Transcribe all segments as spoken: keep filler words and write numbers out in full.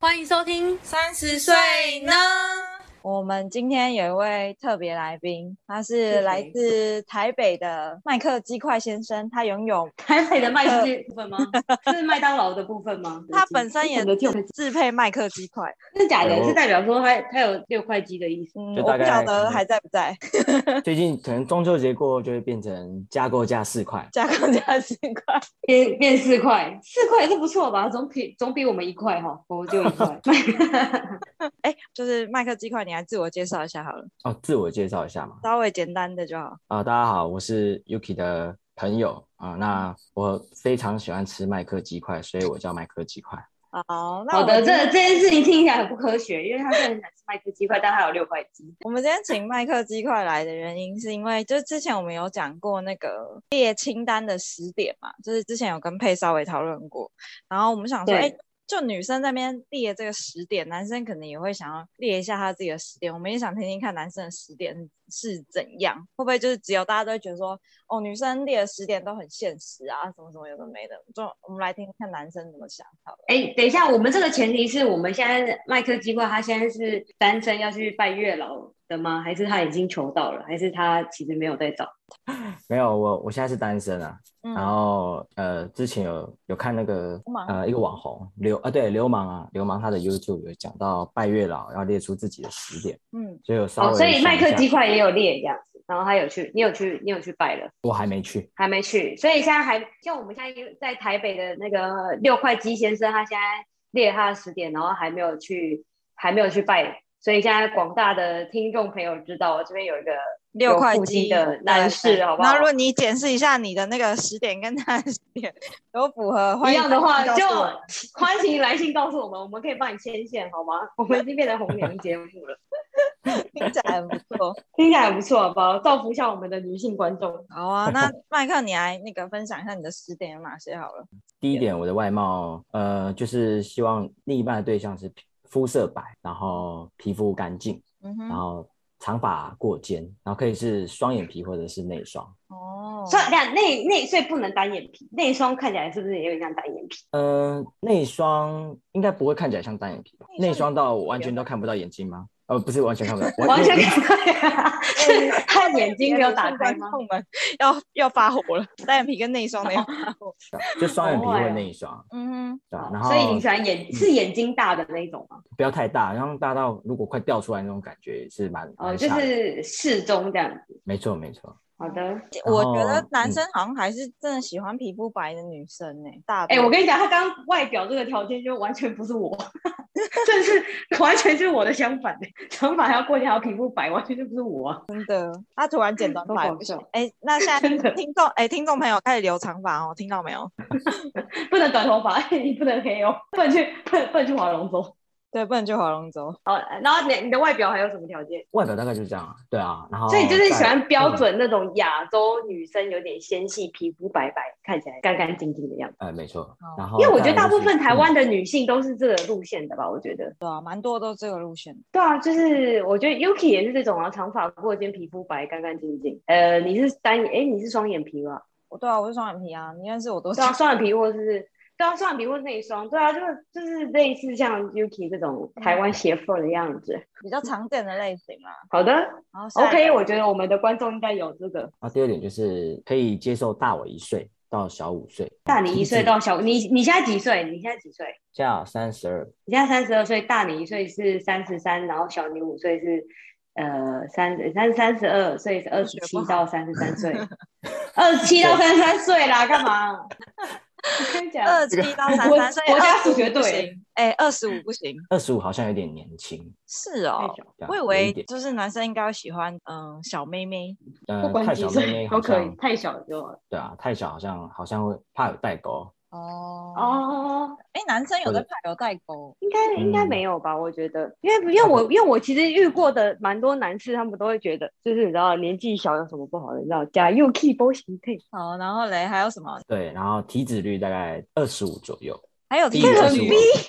欢迎收听三十岁呢。 我们今天有一位特别来宾，他是来自台北的麦克鸡块先生，他拥有台北的麦克鸡部分吗？是麦当劳的部分吗？ 他本身也自配麦克鸡块， 是假的？是代表说他他有六块鸡的意思？ 嗯，我不晓得还在不在。 最近可能中秋节过后就会变成加购价四块， 加购价四块， 变变四块，四块也是不错吧？总比总比我们一块哈，我们就一块。 哎，就是麦克鸡块，你来自我介绍一下好了。 哦，自我介绍一下嘛， 稍微简单的就好。 啊、呃，大家好，我是 Yuki 的朋友啊、呃。那我非常喜欢吃麦克鸡块，所以我叫麦克鸡块。 好，那好的，这这件事情听起来很不科学，因为他虽然很喜欢吃麦克鸡块，但他有六块鸡。 我们今天请麦克鸡块来的原因，是因为就是之前我们有讲过那个列清单的十点嘛，就是之前有跟佩稍微讨论过，然后我们想说，哎。就女生在那边列这个十点，男生可能也会想要列一下他自己的十点，我们也想听听看男生的十点是怎样，会不会就是只有大家都会觉得说，哦，女生列的十点都很现实啊，什么什么有的没的，就我们来听听看男生怎么想好了。 哎，等一下，我们这个前提是我们现在麦克鸡块他现在是单身要去拜月老的吗？还是他已经求到了？还是他其实没有在找？ 没有，我我现在是单身啊。嗯、然后呃，之前有有看那个呃一个网红流啊，对流氓啊，流氓他的 YouTube 有讲到拜月老要列出自己的十点，嗯，所以有稍微、 哦、所以麦克鸡块也有列这样子，然后他有去，你有去，你有去拜了？ 我还没去， 还没去，所以现在还像我们现在在台北的那个六块鸡先生，他现在列他的十点，然后还没有去，还没有去拜，所以现在广大的听众朋友知道，这边有一个。 六块鸡的男士，好不好？ 那如果你检视一下你的那个十点跟他的十点有符合一样的话，就欢迎来信告诉我们，我们可以帮你牵线，好吗？我们已经变成红娘节目了， 听起来很不错， 听起来很不错，好不好？造福一下我们的女性观众。 好啊，那麦克，你来那个分享一下你的十点有哪些好了。 第一点，我的外貌，呃，就是希望另一半的对象是肤色白，然后皮肤干净，嗯哼，然后。长发过肩，然后可以是双眼皮或者是内双。 哦，所以内内所以不能单眼皮，内双看起来是不是也有点像单眼皮？ 呃，内双应该不会看起来像单眼皮吧？内双到完全都看不到眼睛吗？呃，不是完全看不到， 完全看不到，是他眼睛没有打开吗？ 要要发火了，单眼皮跟内双的要发火， 就双眼皮或内双。嗯哼，对，然后所以你喜欢眼是眼睛大的那一种吗？ 不要太大，然后大到如果快掉出来那种感觉也是蛮哦，就是适中这样子。 没错没错。 好的， 我觉得男生好像还是真的喜欢皮肤白的女生呢、欸。大， 哎、欸，我跟你讲，他刚外表这个条件就完全不是我，这是完全就是我的相反、欸，长发还要过肩，还要皮肤白，完全就不是我、啊。 真的，他突然剪短发不行。哎、欸，那现在听众哎、欸，听众朋友开始留长发哦，听到没有？ 不能短头发，你不能黑哦，不能去不能不能去划龙舟。 对，不能去划龙舟。 好，然后你你的外表还有什么条件？ 外表大概就是这样，对啊。然后所以就是喜欢标准那种亚洲女生，有点纤细，皮肤白白，看起来干干净净的样子。 哎，没错。然后因为我觉得大部分台湾的女性都是这个路线的吧，我觉得。 对啊，蛮多都是这个路线。 对啊，就是我觉得 Yuki 也是这种啊，长发过肩，皮肤白，干干净净。呃，你是单眼，哎，你是双眼皮吧？ 对啊，我是双眼皮啊，你认识我多少？对啊，双眼皮或者是。对啊，双眼皮或内双，对啊，就是就是类似像 Yuki 这种台湾媳妇的样子， 比较常见的类型啊。 好的 ，OK， 我觉得我们的观众应该有这个。 啊，第二点就是可以接受大我一岁到小五岁， 大你一岁到小，你你现在几岁？你现在几岁？ 现在三十二。 你现在三十二岁，大你一岁是三十三，然后小你五岁是呃三三三十二岁是二十七到三十三岁，二十七到三十三岁啦，干嘛？我跟你讲， 二七到三三岁， 国家数学对， 哎，二十五不行， 二十五好像有点年轻。 是哦，我以为就是男生应该喜欢嗯小妹妹， 嗯，太小妹妹都可以，太小就对啊，太小好像好像会怕有代沟。 哦哦，哎，男生有在怕有代沟？ 应该应该没有吧？我觉得，因为因为我因为我其实遇过的蛮多男士，他们都会觉得，就是你知道年纪小有什么不好的？你知道加 Yuki 波形配。 好，然后嘞还有什么？ 对，然后体脂率大概二十五左右， 还有体脂率很低，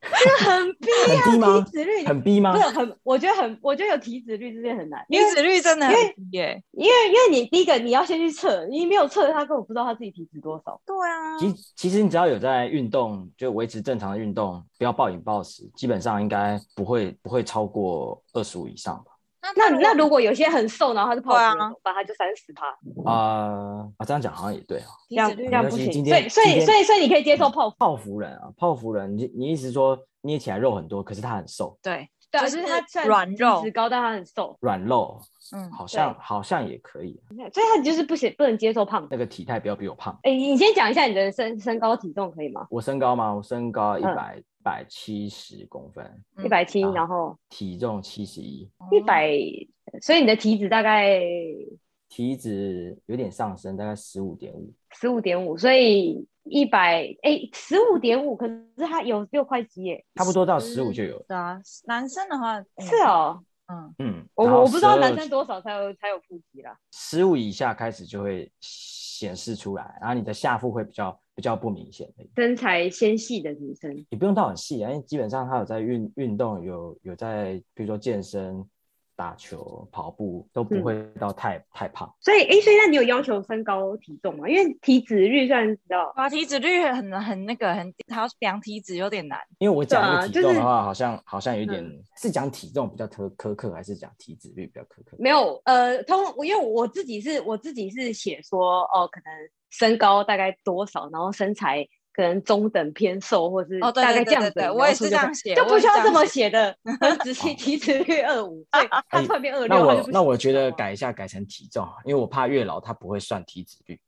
这个很逼啊， 很低吗？ 体脂率很逼吗？ 不是很，我觉得很，我觉得有体脂率这件很难。 体脂率真的很低耶， 因为因为你第一个你要先去测，你没有测，他根本不知道他自己体脂多少。 对啊， 其实其实你只要有在运动，就维持正常的运动，不要暴饮暴食，基本上应该不会不会超过二十五以上吧。 那那如果有些很瘦，然后他是泡芙的怎么办？他就三十趴。 啊啊，这样讲好像也对啊。 这样这样不行。 所以所以所以所以你可以接受泡芙。 泡芙人啊，泡芙人，你你意思说捏起来肉很多，可是他很瘦。 对对，就是他软肉， 体脂高，但他很瘦。 软肉， 嗯， 好像好像也可以。 所以他就是不行，不能接受胖。 那个体态不要比我胖。 哎，你先讲一下你的身身高体重可以吗？ 我身高吗？我身高一百一百七十公分， 一百七，然后体重七十一， 一百。所以你的体脂大概体脂有点上升，大概十五点五， 十五点五，所以一百哎，十五点五，可是它有六块肌耶， 差不多到十五就有。 对啊，男生的话是哦， 嗯嗯， 我我不知道男生多少才有才有腹肌啦， 十五以下开始就会显示出来，然后你的下腹会比较比较不明显的。 身材纤细的女生， 也不用到很细啊，因为基本上她有在运运动，有有在比如说健身。打球、跑步都不会到太、嗯、太胖， 所以哎，所以那你有要求身高体重吗？因为体脂率算知道， 啊，体脂率很很那个很，他要量体脂有点难。 因为我讲那个体重的话， 啊就是、 好像好像有点、嗯、是讲体重比较苛刻，还是讲体脂率比较苛刻？ 没有，呃，通因为我自己是我自己是写说哦，可能身高大概多少，然后身材。可能中等偏瘦，或是大概这样子、 哦、对对对对对我也是这样写， 就不需要这么写的。很仔细，体脂率二五，对，他突然变二六， 那我他就不那我觉得改一下，改成体重，因为我怕越老他不会算体脂率。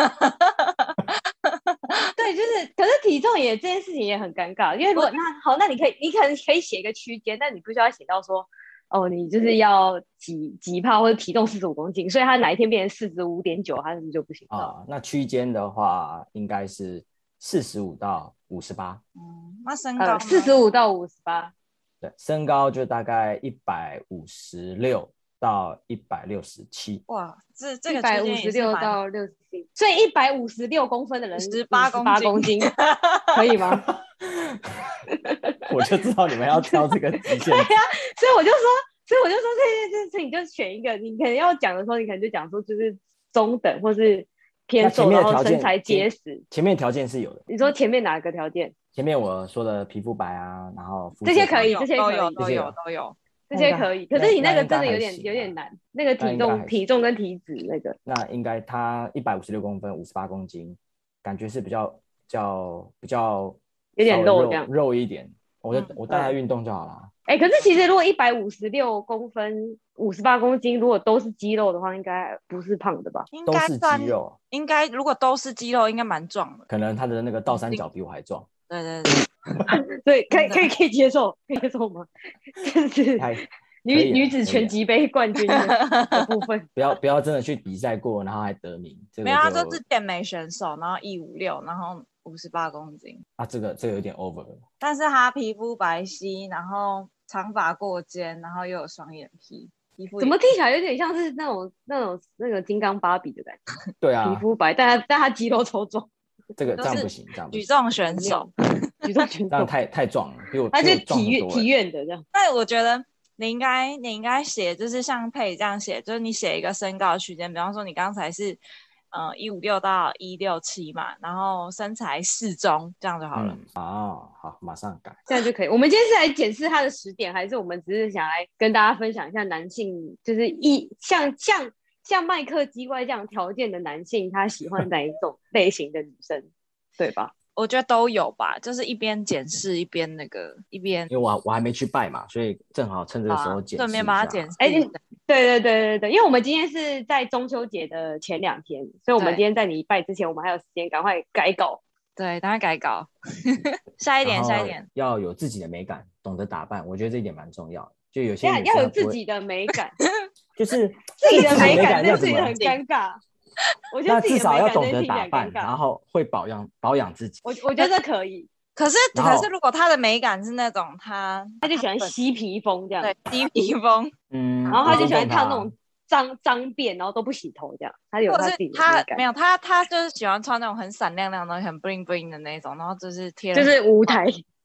对，就是，可是体重也这件事情也很尴尬，因为如果那好，那你可以，你可能可以写一个区间，但你不需要写到说，哦，你就是要几几趴或者体重四十五公斤，所以他哪一天变成四十五点九，他是不是就不行啊？那区间的话，应该是。四十五到五十八， 嗯，那身高四十五到五十八， 对，身高就大概一百五十六到一百六十七。 哇，这这个一百五十六到六十七，所以一百五十六公分的人十八公斤，可以吗？ 我就知道你们要挑这个极限。 对呀、啊，所以我就说，所以我就说这件事情就选一个，你可能要讲的时候，你可能就讲说就是中等或是。偏瘦，然后身材结实。 前面条件是有的。 你说前面哪个条件？ 前面我说的皮肤白啊，然后这些可以，这些都有，都有，都有， 这些可以。可是你那个真的有点有点难，那个体重、体重跟体脂那个。 那应该他一百五十六公分，五十八公斤，感觉是比较比较比较有点肉这样， 肉一点。我就我带他运动就好了。 哎、欸，可是其实如果一百五十六公分、五十八公斤，如果都是肌肉的话，应该不是胖的吧？ 都是肌肉， 应该如果都是肌肉，应该蛮壮的。 可能他的那个倒三角比我还壮。 对对对， 对，可以可以可以接受，可以接受吗？这是女女子拳击杯冠军的部分。 不要不要真的去比赛过，然后还得名。这个、 没有，他说是健美选手，然后一五六，然后。五十八公斤啊，这个这个有点 over 了。 但是他皮肤白皙，然后长发过肩，然后又有双眼皮，皮肤怎么听起来有点像是那种那种那个金刚芭比的感觉？ 对啊， 皮肤白，但他但他肌肉超壮。 这个这样不行，这样举重选手， 举重选手这样太太壮了，比我他就体院体院的这样。 但我觉得你应该你应该写，就是像佩这样写，就是你写一个身高区间，比方说你刚才是。呃，一五六到一六七嘛，然后身材适中，这样就好了。 嗯、哦，好，马上改， 这样就可以。我们今天是来检视他的十点，还是我们只是想来跟大家分享一下男性，就是一像像像麦克鸡怪这样条件的男性，他喜欢哪一种类型的女生，对吧？ 我觉得都有吧，就是一边检视一边那个一边， 因为我我还没去拜嘛，所以正好趁这个时候检视一下， 顺便把它检视。 哎、欸，对对对对对，因为我们今天是在中秋节的前两天，所以我们今天在你拜之前，我们还有时间赶快改稿。 对，赶快改稿。下一点，下一点， 要有自己的美感，懂得打扮，我觉得这一点蛮重要的。就有些要有自己的美感， 就是自己的美感，这事情很尴尬。我觉得那至少要懂得打扮，然后会保养保养自己。 我我觉得可以， 可是可是如果他的美感是那种他他就喜欢嬉皮风这样， 对，嬉皮风， 嗯， 然后他就喜欢烫那种脏脏辫，然后都不洗头这样。他有他自己的美感， 没有他他就是喜欢穿那种很闪亮亮的、很 bling bling 的那种，然后就是贴就是舞台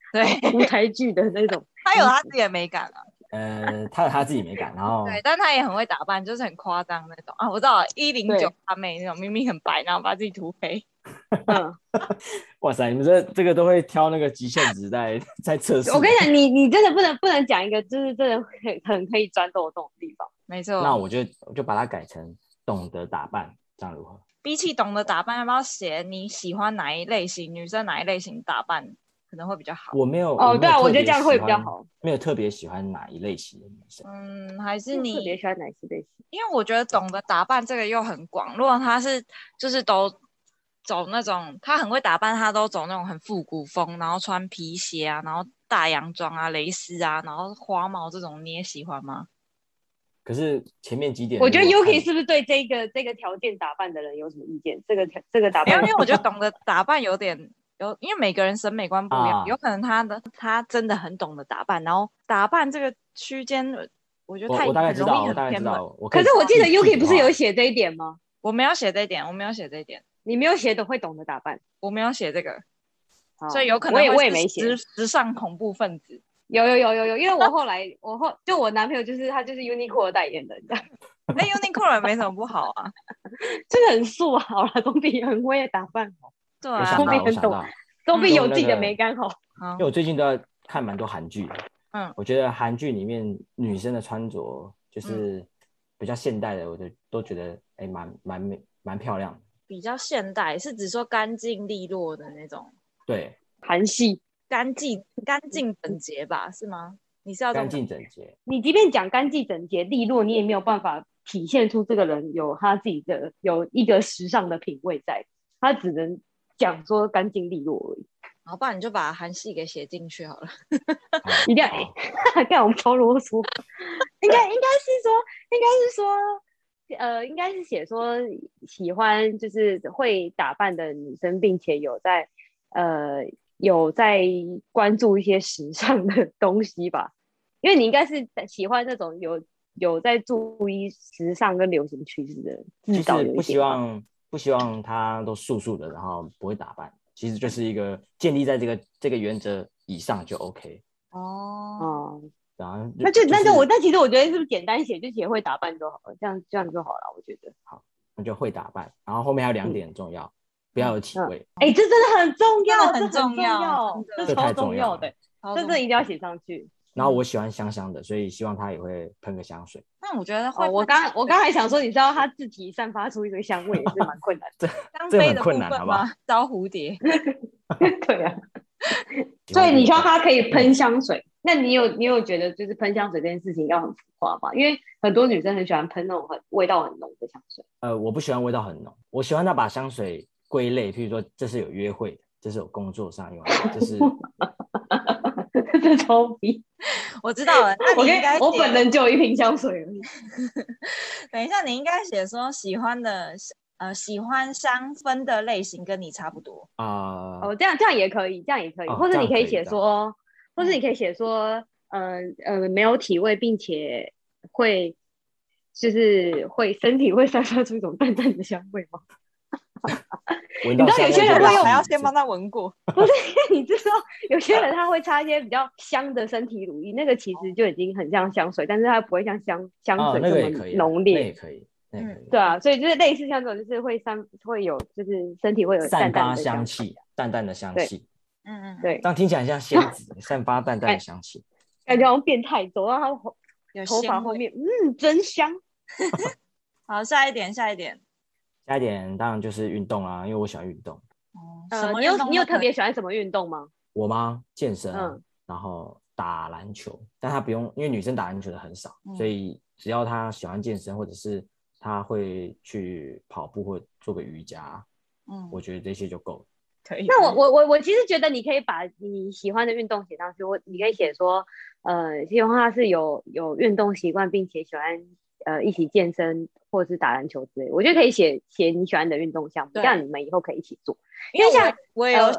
对舞台剧的那种。 他有他自己的美感啊。 呃，他有他自己美感，然后对，但他也很会打扮，就是很夸张那种啊。我知道一零九阿妹那种，明明很白，然后把自己涂黑。 嗯， 哇塞，你们这这个都会挑那个极限值在在测试。 我跟你讲，你你真的不能不能讲一个就是真的很很可以钻漏洞的地方。 没错， 那我就我就把它改成懂得打扮，这样如何？ 比起懂得打扮，要不要写你喜欢哪一类型女生哪一类型打扮可能会比较好？ 我没有哦，对啊，我觉得这样会比较好。 没有特别喜欢哪一类型的女生。 嗯，还是你特别喜欢哪一类型？ 因为我觉得懂得打扮这个又很广，如果他是就是都走那种他很会打扮，他都走那种很复古风，然后穿皮鞋啊，然后大洋装啊、蕾丝啊，然后花帽这种，你也喜欢吗？ 可是前面几点， 我觉得 Yuki 是不是对这个这个条件打扮的人有什么意见？这个这个打扮， 没有，因为我觉得懂得打扮有点有，因为每个人审美观不一样，啊、有可能他的他真的很懂得打扮，然后打扮这个区间，我觉得太我大概知道，我大概知道。可是我记得 Yuki 不是有写这一点吗？ 我没有写这一点，我没有写这一点。 你没有写的会懂得打扮， 我没有写这个， 哦、 所以有可能我也我也没写时尚恐怖分子。 有有有有有，因为我后来我后就我男朋友就是他就是 Uniqlo 的代言人，这样。 那 Uniqlo 也没什么不好啊， 真的很素好了，总比很会打扮好。 对啊， 总比很懂，总比有自己的美感好。 因为我最近都在看蛮多韩剧的， 嗯， 我觉得韩剧里面女生的穿着就是比较现代的，我就都觉得哎蛮蛮美蛮漂亮的。 比较现代是指说干净利落的那种， 对， 韩系。 干净干净整洁吧，是吗？你是要干净整洁？ 你即便讲干净整洁利落，你也没有办法体现出这个人有他自己的有一个时尚的品味在，他只能讲说干净利落而已。 好，不然你就把韩系给写进去好了。 一定要干我们超啰嗦。应该应该是说，应该是说，呃，应该是写说喜欢就是会打扮的女生，并且有在呃。有在关注一些时尚的东西吧，因为你应该是喜欢那种有有在注意时尚跟流行趋势的人，至少有一些吧。 不希望不希望他都素素的，然后不会打扮，其实就是一个建立在这个这个原则以上就 OK。 哦， 然后那就、就是、那就我那其实我觉得是不是简单写，就写会打扮就好了，这样这样就好了，我觉得。 好，那就会打扮，然后后面还有两点很重要。嗯，不要有体味。 哎、嗯欸，这真的很重要， 很重要， 这超重要的，这真的一定要写上去。 然后我喜欢香香的，所以希望他也会喷个香水。 那我觉得会、 哦，我刚我刚才想说，你知道他自己散发出一个香味也是蛮困难的， 这这很困难，好不好？ 招蝴蝶。 对啊，所以你希望他可以喷香水。那你有你有觉得就是喷香水这件事情要很浮夸吗？因为很多女生很喜欢喷那种很味道很浓的香水。 呃，我不喜欢味道很浓，我喜欢他把香水归类，譬如说这是有约会的，这是有工作上用的，这是这超逼。 我知道了，那你应该我本人就有一瓶香水而已。 等一下，你应该写说喜欢的呃喜欢香氛的类型跟你差不多啊、 呃。哦，这样这样也可以，这样也可以，哦、或者你可以写说，或者你可以写说，嗯 呃, 呃没有体味，并且会就是会身体会散发出一种淡淡的香味吗？ 你知道有些人会用， 还要先帮他闻过， 不是？因为你知道有些人他会擦一些比较香的身体乳液，那个其实就已经很像香水，但是它不会像香香水这么浓烈。 那也可以，那也可以。 对啊，所以就是类似像这种，就是会散会有，就是身体会有淡淡的香气，淡淡的香气。 嗯嗯， 对， 这样听起来像仙子，散发淡淡的香气， 感觉好像变态，走到他头发后面，嗯，真香。 好，下一点，下一点。 下一点当然就是运动啦，因为我喜欢运动。 哦， 呃，你有你有特别喜欢什么运动吗？ 我吗？健身、啊， 嗯， 然后打篮球，但他不用，因为女生打篮球的很少，嗯、所以只要她喜欢健身，或者是她会去跑步或做个瑜伽，嗯，我觉得这些就够了。 可以。 那我我我我其实觉得你可以把你喜欢的运动写上去，我你可以写说，呃，希望他是有有运动习惯，并且喜欢。呃，一起健身或者是打篮球之类，我觉得可以写写你喜欢的运动项目，这样你们以后可以一起做。因为像我也有写、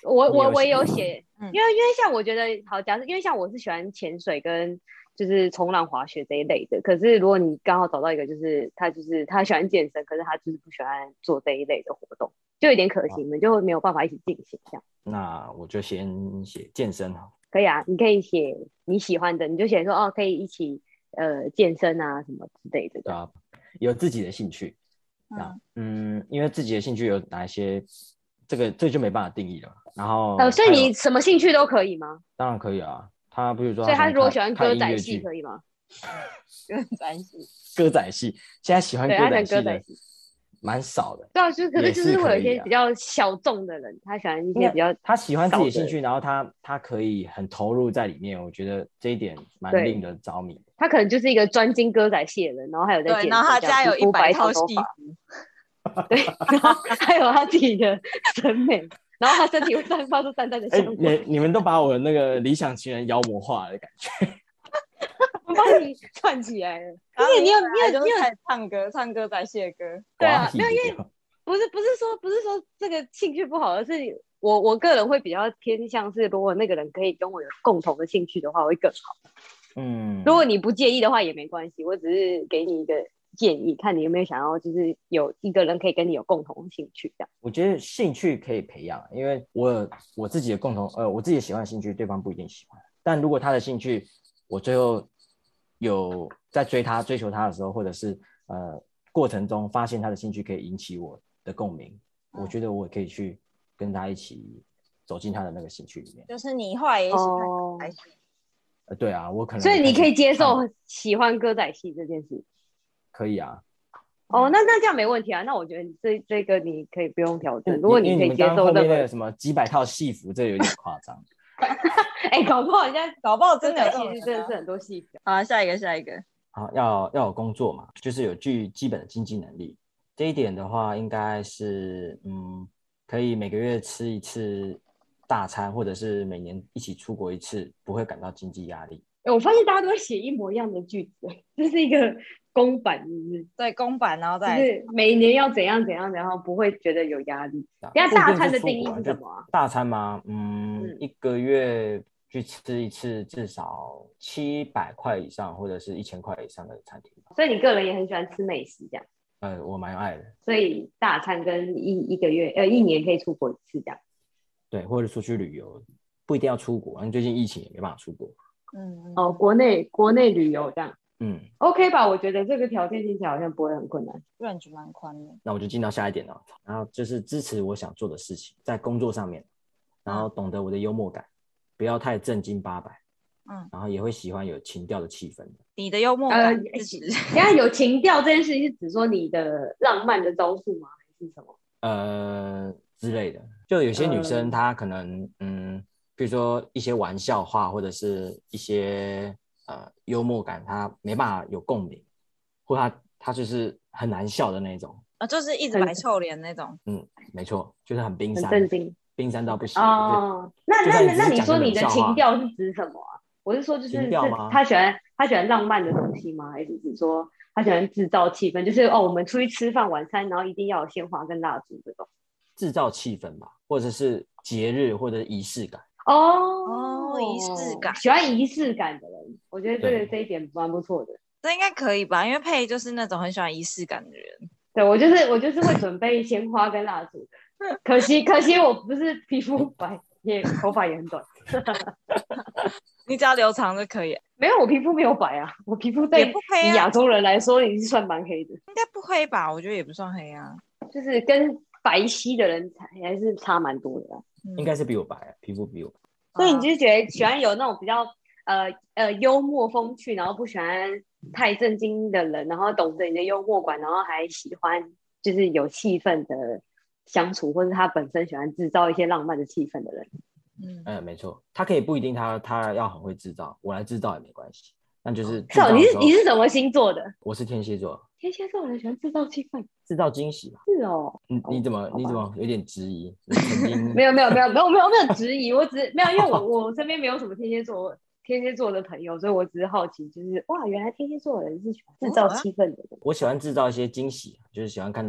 我我我也有写，因为因为像我觉得好，假设因为像我是喜欢潜水跟就是冲浪、滑雪这一类的，可是如果你刚好找到一个就是他就是他喜欢健身，可是他就是不喜欢做这一类的活动，就有点可惜，你们就没有办法一起进行这样。 那我就先写健身好。 可以啊，你可以写你喜欢的，你就写说哦，可以一起呃健身啊什么之类的。 对啊，有自己的兴趣。嗯, 嗯，因为自己的兴趣有哪一些，这个这个就没办法定义了。然后呃，所以你什么兴趣都可以吗？ 当然可以啊。他比如说他， 所以他如果喜欢歌仔戏可以吗？ 歌仔戏， 歌仔戏，现在喜欢歌仔戏的蛮少的。 对啊，就可是就是会有一些比较小众的人，他喜欢一些比较他喜欢自己的兴趣，然后他他可以很投入在里面，我觉得这一点蛮令人着迷。 他可能就是一个专精歌仔戏的人，然后还有在健身， 然后他家有一百套戏服，对，然后还有他自己的审美。然后他身体会散发出淡淡的香味、 欸。你你们都把我那个理想情人妖魔化的感觉， 我帮你串起来了。而且你有你有你有唱歌唱歌仔戏的歌， 对啊，没有因为不是不是说不是说这个兴趣不好，而是我我个人会比较偏向是，如果那个人可以跟我有共同的兴趣的话，会更好。嗯，如果你不介意的话也没关系，我只是给你一个建议，看你有没有想要，就是有一个人可以跟你有共同的兴趣这样。 我觉得兴趣可以培养，因为我我自己的共同呃，我自己喜欢的兴趣，对方不一定喜欢。但如果他的兴趣，我最后有在追他、追求他的时候，或者是呃过程中发现他的兴趣可以引起我的共鸣，嗯、我觉得我也可以去跟他一起走进他的那个兴趣里面。 就是你后来也喜欢歌仔戏。 呃，对啊，我可能所以你可以接受喜欢歌仔戏这件事。 可以啊， 哦，那那这样没问题啊。那我觉得这这个你可以不用调整。如果你可以接受那个什么几百套戏服，这有点夸张。 哎、欸，搞不好人家搞不好真的有其实真的是很多戏服。 好、啊，下一个下一个。 好，要要有工作嘛，就是有具基本的经济能力。这一点的话，应该是嗯，可以每个月吃一次大餐，或者是每年一起出国一次，不会感到经济压力。 欸、我发现大家都会写一模一样的句子，这是一个公版，是不是？ 对，公版，然后再就是每年要怎样怎样，然后不会觉得有压力。等下大餐的定义是什么啊？ 大餐吗？嗯，嗯一个月去吃一次至少七百块以上，或者是一千块以上的餐厅。 所以你个人也很喜欢吃美食，这样？ 呃，我蛮爱的。 所以大餐跟一一个月呃一年可以出国一次这样。 对，或者出去旅游，不一定要出国，因为最近疫情也没办法出国。 嗯，哦，国内国内旅游这样， 嗯 ，OK 吧？我觉得这个条件听起来好像不会很困难 ，range 蛮宽的。 那我就进到下一点了，然后就是支持我想做的事情，在工作上面，然后懂得我的幽默感，不要太正经八百，嗯，然后也会喜欢有情调的气氛的。 你的幽默感是指， 等下有情调这件事情是指说你的浪漫的招数吗？还是什么？ 呃之类的，就有些女生她可能嗯。比如说一些玩笑话，或者是一些呃幽默感，他没办法有共鸣，或他他就是很难笑的那种啊，就是一直摆臭脸那种。 嗯，没错，就是很冰山， 很震惊， 冰山到不行。 哦，那那那你说你的情调是指什么啊？我是说就是是他喜欢他喜欢浪漫的东西吗？还是指说他喜欢制造气氛？就是哦，我们出去吃饭晚餐，然后一定要有鲜花跟蜡烛这种。 制造气氛吧，或者是节日或者仪式感。 哦， 仪式感， 喜欢仪式感的人，我觉得这个这一点蛮不错的。 这应该可以吧？因为佩就是那种很喜欢仪式感的人。 对，我就是我就是会准备鲜花跟蜡烛的。可惜可惜我不是皮肤白，也头发也很短。 你只要留长就可以。 没有，我皮肤没有白啊，我皮肤对以亚洲人来说已经算蛮黑的。 应该不黑吧？我觉得也不算黑啊， 就是跟白皙的人还是差蛮多的、啊。 应该是比我白、啊，皮肤比我白。 所以你就是觉得喜欢有那种比较呃呃幽默风趣，然后不喜欢太正经的人，然后懂得你的幽默感，然后还喜欢就是有气氛的相处，或是他本身喜欢制造一些浪漫的气氛的人。 嗯，呃，没错，他可以不一定他他要很会制造，我来制造也没关系。那就是是、哦、你是你是什么星座的？ 我是天蝎座。 天蝎座人喜欢制造气氛， 制造惊喜吧？ 是哦。 你你怎么、哦、你怎么有点质疑？你曾经没有没有没有没有没有没有质疑，我只是没有，因为我我身边没有什么天蝎座天蝎座的朋友，所以我只是好奇，就是哇，原来天蝎座的人是喜欢制造气氛的人。 我喜欢制造一些惊喜，就是喜欢看到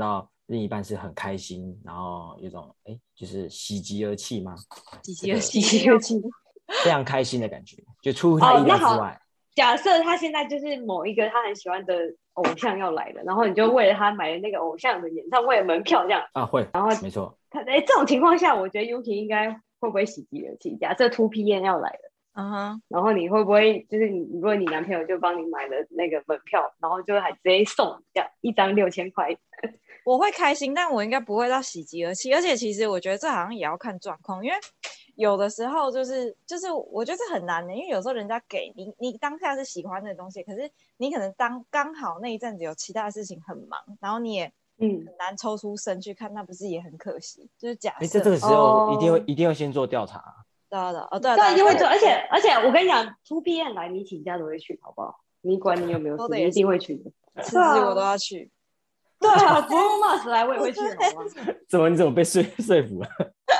另一半是很开心，然后有种哎，就是喜极而泣吗？ 喜极而泣， 喜极而泣， 非常开心的感觉，就出乎他意料之外。 哦，假设他现在就是某一个他很喜欢的偶像要来了，然后你就为了他买了那个偶像的演唱会的门票这样啊，会， 然后没错。 他哎，这种情况下，我觉得 Yuki 应该会不会喜极而泣？假设 two P M 要来了， 嗯哼， 然后你会不会就是你，如果你男朋友就帮你买了那个门票，然后就还直接送这样一张六千块？ 我会开心，但我应该不会到喜极而泣。而且其实我觉得这好像也要看状况，因为有的时候就是就是我觉得这很难的，因为有时候人家给你，你当下是喜欢的东西，可是你可能当刚好那一阵子有其他的事情很忙，然后你也嗯很难抽出身去看，那不是也很可惜？就是假设在这个时候一定会、哦、一定要先做调查。 对啊，哦对啊， 对，一定会做。而且而且我跟你讲 two P M 来，你请假都会去，好不好？你管你有没有事，你一定会去的。 辞职我都要去。 对啊，Bruno Mars 来我也会去，好吗？ 怎么你怎么被说说服了？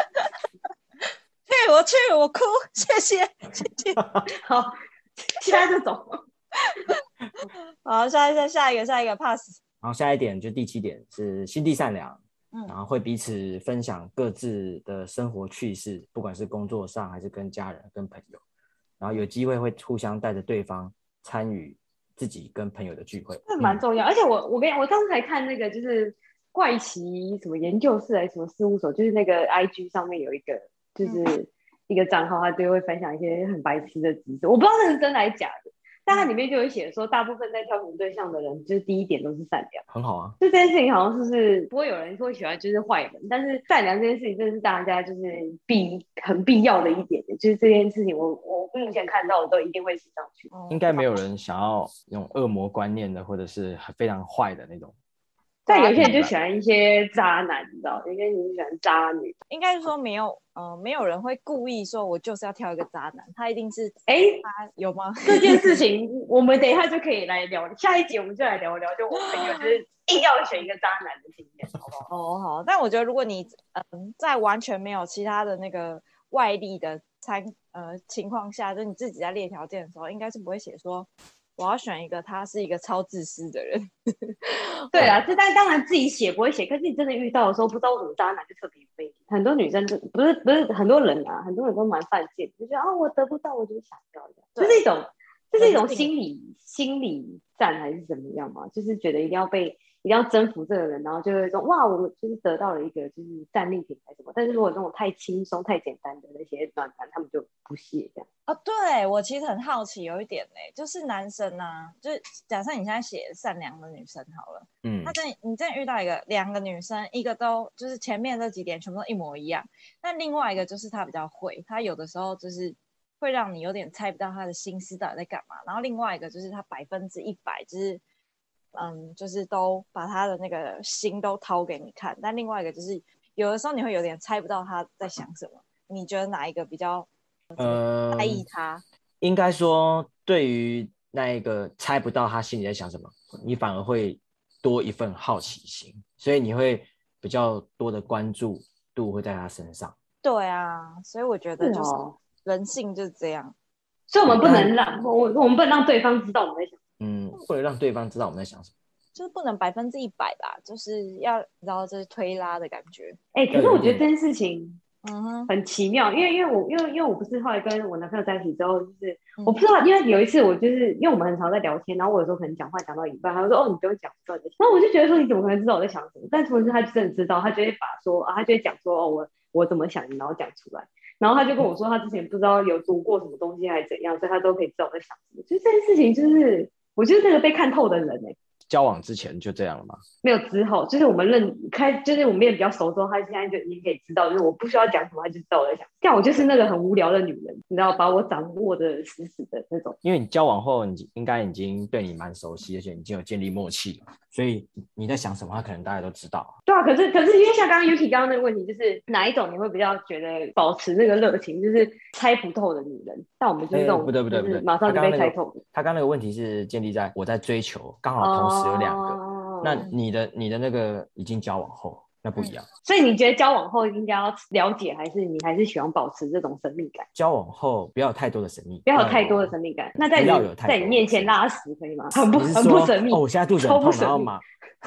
去，我去，我哭，谢谢，谢谢。 好，现在就走。 好，下一个，下一个，下一个 pass。 然后下一点就第七点是心地善良，嗯，然后会彼此分享各自的生活趣事，不管是工作上还是跟家人、跟朋友，然后有机会会互相带着对方参与自己跟朋友的聚会， 这蛮重要。嗯、而且我我跟我刚才看那个就是怪奇什么研究室还是什么事务所，就是那个 I G 上面有一个就是一个账号，他就会分享一些很白痴的知识，我不知道那是真的还是假的。但它里面就有写说，大部分在挑选对象的人，就是第一点都是善良， 很好啊。 就这件事情好像是是不会有人会喜欢就是坏人，但是善良这件事情真的是大家就是必很必要的一点，就是这件事情我我目前看到的都一定会写上去。 应该没有人想要用恶魔观念的，或者是非常坏的那种。 但有些人就喜欢一些渣男，你知道，有些人就喜欢渣女。 应该是说没有，呃，没有人会故意说我就是要挑一个渣男，他一定是， 哎， 他有吗？ 这件事情我们等一下就可以来聊，下一集我们就来聊聊，就我朋友就是硬要选一个渣男的经验，好不好？ 哦，好。但我觉得如果你嗯在完全没有其他的那个外力的参呃情况下，就你自己在列条件的时候，应该是不会写说。我要选一个他是一个超自私的人。 对啊，这但当然自己写不会写，可是你真的遇到的时候，不知道为什么渣男就特别有魅力。很多女生就不是不是很多人啊，很多人都蛮犯贱，就觉得啊、哦、我得不到我就想要这样，就是一种这是一种心理心理战还是怎么样嘛？就是觉得一定要被一定要征服这个人，然后就会说哇我就是得到了一个就是战利品还是什么。但是如果那种太轻松太简单的那些暖男，他们就不屑这样。 哦，对，我其实很好奇有一点呢，就是男生啊，就是假设你现在写善良的女生好了，嗯，他真你真的遇到一个两个女生，一个都就是前面这几点全部都一模一样，但另外一个就是她比较会，她有的时候就是会让你有点猜不到她的心思到底在干嘛，然后另外一个就是她百分之一百就是嗯，就是都把她的那个心都掏给你看，但另外一个就是有的时候你会有点猜不到她在想什么，你觉得哪一个比较？呃，在意他， 应该说，对于那一个猜不到他心里在想什么，你反而会多一份好奇心，所以你会比较多的关注度会在他身上。 对啊，所以我觉得就是人性就是这样， 所以我们不能让我我们不能让对方知道我们在想， 嗯，不能让对方知道我们在想什么， 就是不能百分之一百吧，就是要你知道这是推拉的感觉。 哎、欸，可是我觉得这件事情。嗯哼，很奇妙，因为因为我因为因为我不是后来跟我男朋友在一起之后，就是我不知道，因为有一次我就是因为我们很常在聊天，然后我有时候可能讲话讲到一半，他就说哦你不用讲，我知道你在想，然后我就觉得说你怎么可能知道我在想什么？但其实他真的知道，他就会把说啊，他就会讲说哦我我怎么想，然后讲出来，然后他就跟我说他之前不知道有读过什么东西还是怎样，所以他都可以知道我在想什么。就这件事情就是我就是那个被看透的人哎、欸。 交往之前就这样了吗？ 没有，之后就是我们认开，就是我们也比较熟之后，他现在就已经可以知道，就是我不需要讲什么，他就知道我在想。像我就是那个很无聊的女人，你知道，把我掌握的死死的那种。 因为你交往后，你应该已经对你蛮熟悉，而且已经有建立默契了，所以你在想什么，他可能大家都知道。 对啊，可是可是因为像刚刚 Yuki 刚刚那个问题，就是哪一种你会比较觉得保持那个热情，就是猜不透的女人。但我们就是这种、欸， 不对不对不对， 马上就被猜透的。 他刚刚那个问题是建立在我在追求，刚好同时有两个。哦那你的你的那个已经交往后，那不一样。 嗯、所以你觉得交往后应该要了解，还是你还是喜欢保持这种神秘感？ 交往后不要有太多的神秘， 不要有太多的神秘感。那在你在你面前拉屎可以吗？很不很不神秘。 哦，我现在肚子很痛，然后马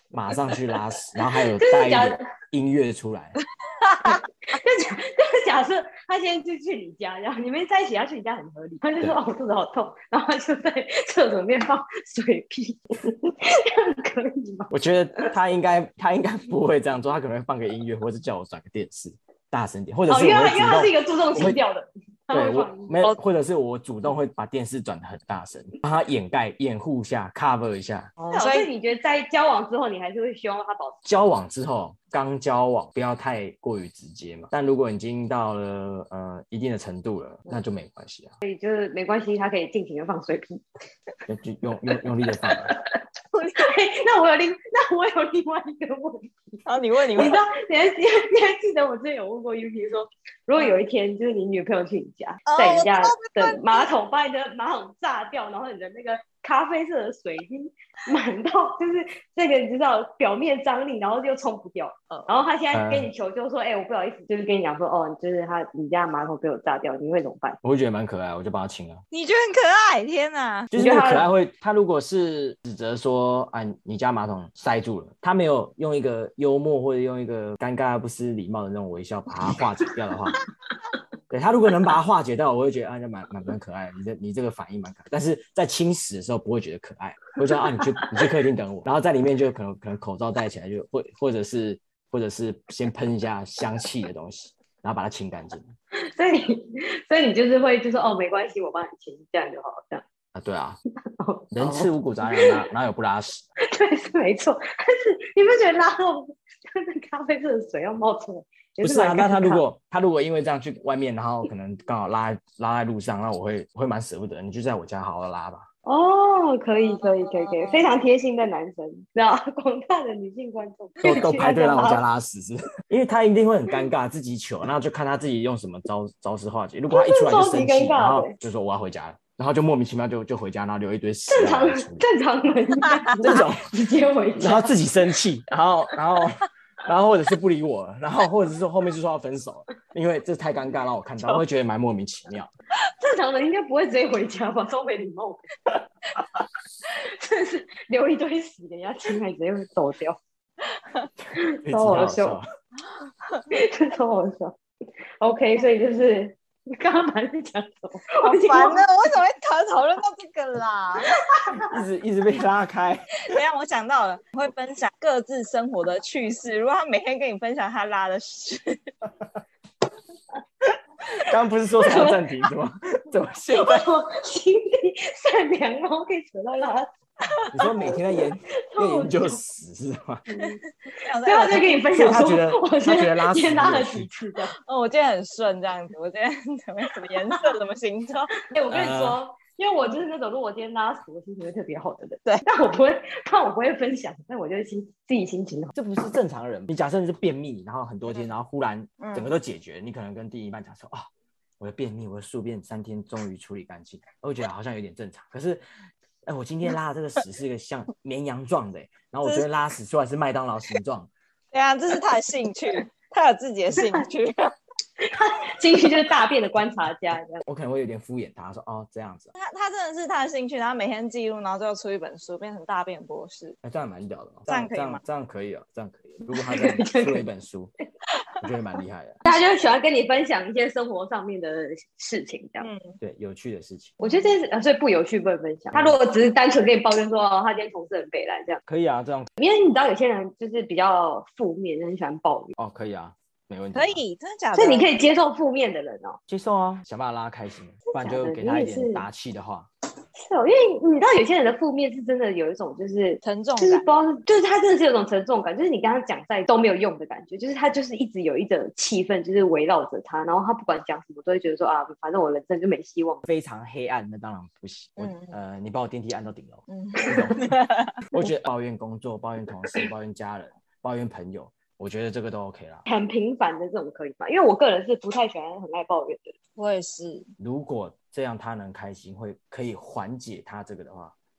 马上去拉屎，然后还有带一点音乐出来。 就假就是假设他先就去你家，然后你们在一起，他去你家很合理，他就说哦我肚子好痛，然后他就在厕所里面放水屁，这样可以吗？ 我觉得他应该他应该不会这样做，他可能会放个音乐，或者叫我转个电视大声点，或者是我会主动、 哦、因为他是一个注重情调的。 对我没有，或者是我主动会把电视转得很大声，帮他掩盖、掩护一下、cover 一下。 哦，所以你觉得在交往之后，你还是会希望他保持？ 交往之后，刚交往不要太过于直接嘛。但如果已经到了呃一定的程度了，那就没关系啊。 所以就是没关系，他可以尽情的放水屁， 就用用用力的放。 那我有另那我有另外一个问题， 然后你问你问， 你知道你还你还记得我之前有问过 Yuki 说，如果有一天就是你女朋友去你家，在你家的马桶把你的马桶炸掉，然后你的那个咖啡色的水已经满到就是这个你知道表面张力，然后又冲不掉，然后他现在跟你求救说，哎、欸，我不好意思，就是跟你讲说，哦，就是他你家马桶被我炸掉，你会怎么办？ 我会觉得蛮可爱，我就帮他清啊。 你觉得很可爱？天哪！ 就是那个可爱会，他如果是指责说，啊，你家马桶塞住了，他没有用一个幽默或者用一个尴尬不失礼貌的那种微笑把它化解掉的话。对，他如果能把它化解掉，我会觉得啊，就蛮蛮蛮可爱的。你这你这个反应蛮可爱，但是在清屎的时候不会觉得可爱，我会觉得啊，你去你去客厅等我，然后在里面就可能可能口罩戴起来就或或者是或者是先喷一下香气的东西，然后把它清干净。 所以你所以你就是会就说哦没关系，我帮你清，这样就好了，这样。 啊，对啊，人吃五谷杂粮，哪哪有不拉屎？ 对，是没错。但是你不觉得拉到那咖啡色的水要冒出来？ 不是啊，那他如果他如果因为这样去外面，然后可能刚好拉拉在路上，那我会我会蛮舍不得。你就在我家好好拉吧。 哦，可以可以可以可以，非常贴心的男生，知道广大的女性观众都都排队让我家拉屎，是因为他一定会很尴尬，自己糗，然后就看他自己用什么招招式化解。如果他一出来就生气，然后就说我要回家了。然后就莫名其妙就就回家，然后留一堆屎。 正常正常人这种直接回家， 然后自己生气，然后然后然后或者是不理我了，然后或者是说后面就说要分手了，因为这太尴尬让我看到，我会觉得蛮莫名其妙。 正常人应该不会直接回家吧？超没礼貌，真是留一堆屎给人家亲，还直接会走掉，超好笑，超好笑。OK， 所以就是。你刚刚本来是讲什么？ 好烦啊！为什么会讨讨论到这个啦？ 一直一直被拉开。 等一下，我想到了，会分享各自生活的趣事。如果他每天跟你分享他拉的屎， 刚刚不是说要暂停是吗？怎么现在心地善良，然后可以扯到拉屎？ 你说每天在研研究屎是吗？ 对啊，再跟你分享说， 他觉得我他觉得拉屎拉了几次的。 哦，我今天很顺这样子，我今天怎么什么颜色、什么形状？ 哎，我跟你说，呃、因为我就是那种如果我今天拉屎，我心情会特别好的人。 对， 但我不会，但我不会分享，但我就心自己心情好。 这不是正常人。你假设你是便秘，然后很多天，然后忽然整个都解决，嗯、你可能跟第一半讲说啊、哦，我的便秘，我的宿便三天终于处理干净，我觉得好像有点正常，可是。哎，我今天拉的这个屎是一个像绵羊状的，然后我觉得拉屎出来是麦当劳形状。 对啊，这是他的兴趣，他有自己的兴趣。 他兴趣就是大便的观察家这样。 我可能会有点敷衍他，说哦这样子。 他他真的是他的兴趣，然后每天记录，然后最后出一本书，变成大便博士。 哎，这样蛮屌的、哦， 这样可以吗？ 这样可以啊，这样可以。如果他这样出了一本书，我觉得蛮厉害的。 大家就喜欢跟你分享一些生活上面的事情，这样。嗯， 对，有趣的事情。 我觉得这是呃，所以不有趣不能分享。他如果只是单纯跟你抱怨说，哦，他今天同事很北来这样， 可以啊，这样。 因为你知道有些人就是比较负面，很喜欢抱怨。 哦，可以啊。没问题， 可以，真的假的？ 所以你可以接受负面的人哦， 接受啊，想办法让他开心，不然就给他一点打气的话。 是哦，因为你知道有些人的负面是真的有一种就是沉重感， 就是不知道，就是他真的是有种沉重感，就是你跟他讲再都没有用的感觉，就是他就是一直有一种气氛就是围绕着他，然后他不管讲什么都会觉得说啊，反正我人生就没希望。 非常黑暗，那当然不行。我、嗯、呃，你把我电梯按到顶楼， 嗯， 我觉得抱怨工作、抱怨同事、抱怨家人、抱怨朋友。我觉得这个都 OK 啦， 很平凡的这种可以吗？因为我个人是不太喜欢很爱抱怨的。 我也是。 如果这样他能开心，会可以缓解他这个的话，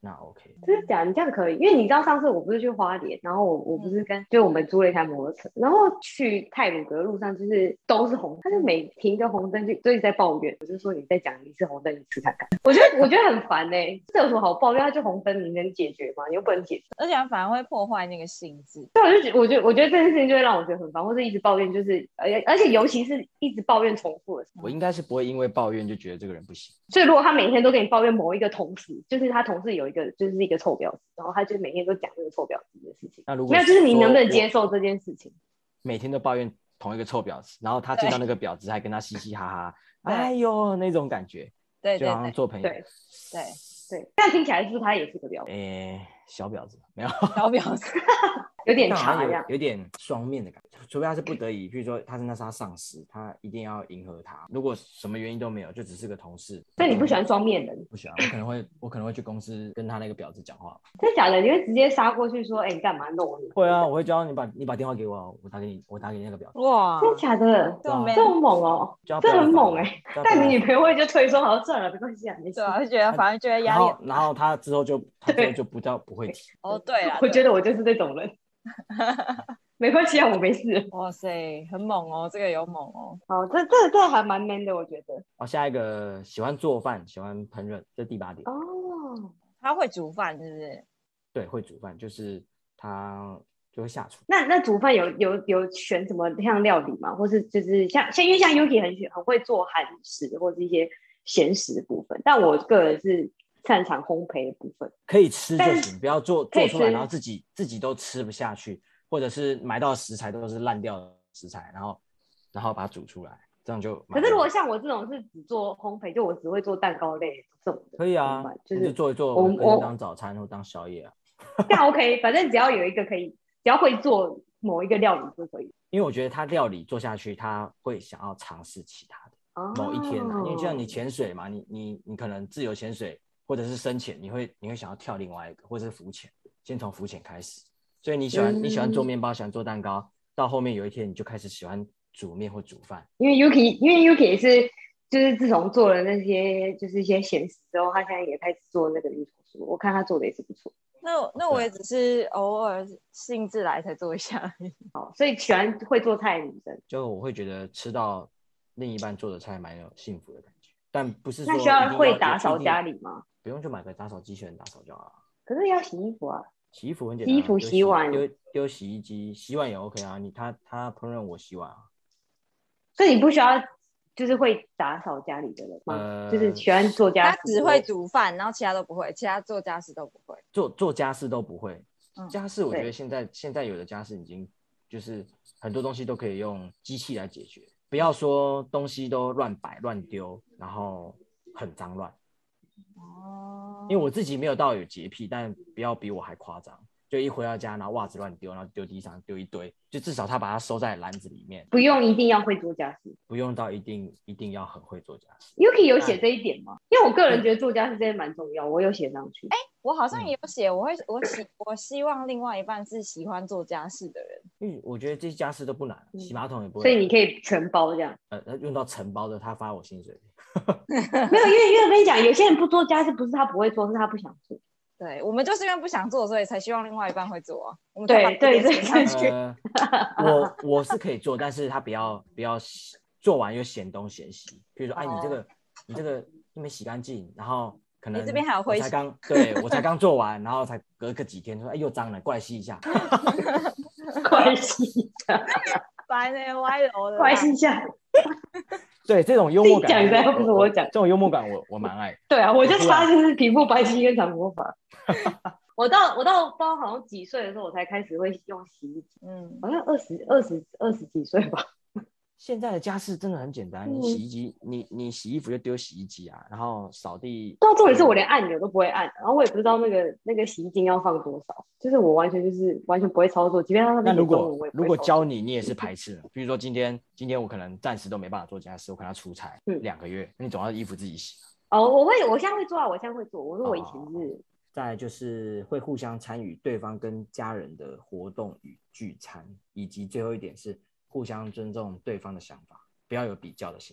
那 OK。 真的假的？你这样可以？因为你知道上次我不是去花莲，然后我我不是跟就我们租了一台摩托车，然后去太鲁阁路上就是都是红，他就每停个红灯就就一直在抱怨，我就说你再讲一次红灯一次看看。我觉得我觉得很烦哎、欸，这有什么好抱怨？它就红灯，你能解决吗？你又不能解决， 而且反而会破坏那个兴致。 对，我就觉我觉得我觉得这件事情就会让我觉得很烦，或是一直抱怨，就是而而且尤其是一直抱怨重复的事。 我应该是不会因为抱怨就觉得这个人不行。 所以如果他每天都跟你抱怨某一个同事，就是他同事有一个就是一个臭婊子，然后他就每天都讲这个臭婊子的事情。 那如果没有，就是你能不能接受这件事情？ 每天都抱怨同一个臭婊子，然后他见到那个婊子还跟他嘻嘻哈哈，哎呦那种感觉， 对， 就好像做朋友。 对对对，这样听起来是不是他也是个婊子？ 诶，小婊子没有， 小婊子。 有点差有有点双面的感觉，除非他是不得已，比如说他是那是他上司，他一定要迎合他。如果什么原因都没有，就只是个同事。 所以你不喜欢双面人？ 不喜欢，我可能会我可能会去公司跟他那个婊子讲话。 真的假的？你会直接杀过去说，哎、欸，你干嘛弄我？ 会啊，我会教你把你把电话给我，我打给你，我打给你那个婊子。 哇， 真的假的？ 这么这么猛哦、喔，这很猛哎、欸。但你女朋友会就推说，好算了，没关系啊，没事。 对啊，就觉得反而觉得压力。 然后然后他之后就他之后就不叫不会提。 哦，对啊， 我觉得我就是这种人。没关系啊，我没事。 哇塞，很猛哦，这个有猛哦。 好，这这这还蛮 man 的，我觉得。 好，下一个喜欢做饭，喜欢烹饪，这第八点。 哦， 他会煮饭是不是？ 对，会煮饭，就是他就会下厨。 那那煮饭有有有选什么像料理吗？或是就是像像因为像 Yuki 很很会做韩食或是一些咸食的部分，但我个人是擅长烘焙的部分。 可以吃就行，不要做做出来然后自己自己都吃不下去。或者是买到的食材都是烂掉的食材，然后然后把它煮出来，这样就。 可是如果像我这种是只做烘焙，就我只会做蛋糕类这种的， 可以啊， 就是就做一做，我可以当早餐或当宵夜啊。 这样 OK， 反正只要有一个可以，只要会做某一个料理就可以。 因为我觉得他料理做下去，他会想要尝试其他的、哦、某一天啊，因为就像你潜水嘛，你你你可能自由潜水或者是深潜，你会你会想要跳另外一个，或者是浮潜，先从浮潜开始。所以你喜欢、嗯、你喜欢做面包，喜欢做蛋糕，到后面有一天你就开始喜欢煮面或煮饭。 因为 Yuki， 因为 Yuki 也是，就是自从做了那些就是一些咸食之后，他现在也开始做那个绿头酥，我看他做的也是不错。 那那我也只是偶尔兴致来才做一下而已。 好，所以喜欢会做菜的女生， 就我会觉得吃到另一半做的菜蛮有幸福的感觉，但不是说那需要会打扫家里吗？ 不用，就买个打扫机器人打扫就好了。 可是要洗衣服啊。 洗衣服很简单， 洗衣服、洗碗， 丢丢洗衣机，洗碗也 OK 啊。你他他烹饪我洗碗啊， 所以你不需要就是会打扫家里的人吗？呃、就是喜欢做家事， 他只会煮饭，然后其他都不会，其他做家事都不会， 做做家事都不会。 嗯、 家事我觉得现在现在有的家事已经就是很多东西都可以用机器来解决，不要说东西都乱摆乱丢，然后很脏乱。哦，因为我自己没有到有洁癖，但不要比我还夸张。就一回到家，然后袜子乱丢，然后丢地上，丢一堆，就至少他把它收在篮子里面。 不用一定要会做家事， 不用到一定一定要很会做家事。 Yuki 有写这一点吗？因为我个人觉得做家事这些蛮重要，我有写上去。 哎、欸，我好像也有写，我会我希我希望另外一半是喜欢做家事的人。 因为我觉得这些家事都不难，洗马桶也不会。 所以你可以全包这样。 呃，用到承包的，他发我薪水。 没有，因为因为我跟你讲，有些人不做家事，不是他不会做，是他不想做。 对，我们就是因为不想做，所以才希望另外一半会做啊。我们对对对对， 呃、我我是可以做，但是他不要不要做完又嫌东嫌西。比如说，哎，你这个你这个没洗干净，然后可能你这边还有灰尘， 我才刚对我才刚做完，然后才隔个几天说，哎，又脏了，过来洗一下。 过来洗一下， 白呢歪楼的， 过来洗一下。 对，这种幽默感， 讲的又不是我讲， 这种幽默感我我蛮爱。 对啊，我就差就是皮肤白皙跟长头发。我到我到到好像几岁的时候，我才开始会用洗衣机，嗯，好像二十二十二十几岁吧。 现在的家事真的很简单，你洗衣机，嗯、你你洗衣服就丢洗衣机啊，然后扫地。 到重点是我连按钮都不会按，然后我也不知道那个那个洗衣精要放多少，就是我完全就是完全不会操作，即便他那如果如果教你，你也是排斥的。比如说今天今天我可能暂时都没办法做家事，我可能要出差两、嗯、个月，你总要衣服自己洗。 哦，我会，我现在会做啊，我现在会做。我说我以前是。哦、 再来就是会互相参与对方跟家人的活动与聚餐，以及最后一点是互相尊重对方的想法。不要有比较的心态，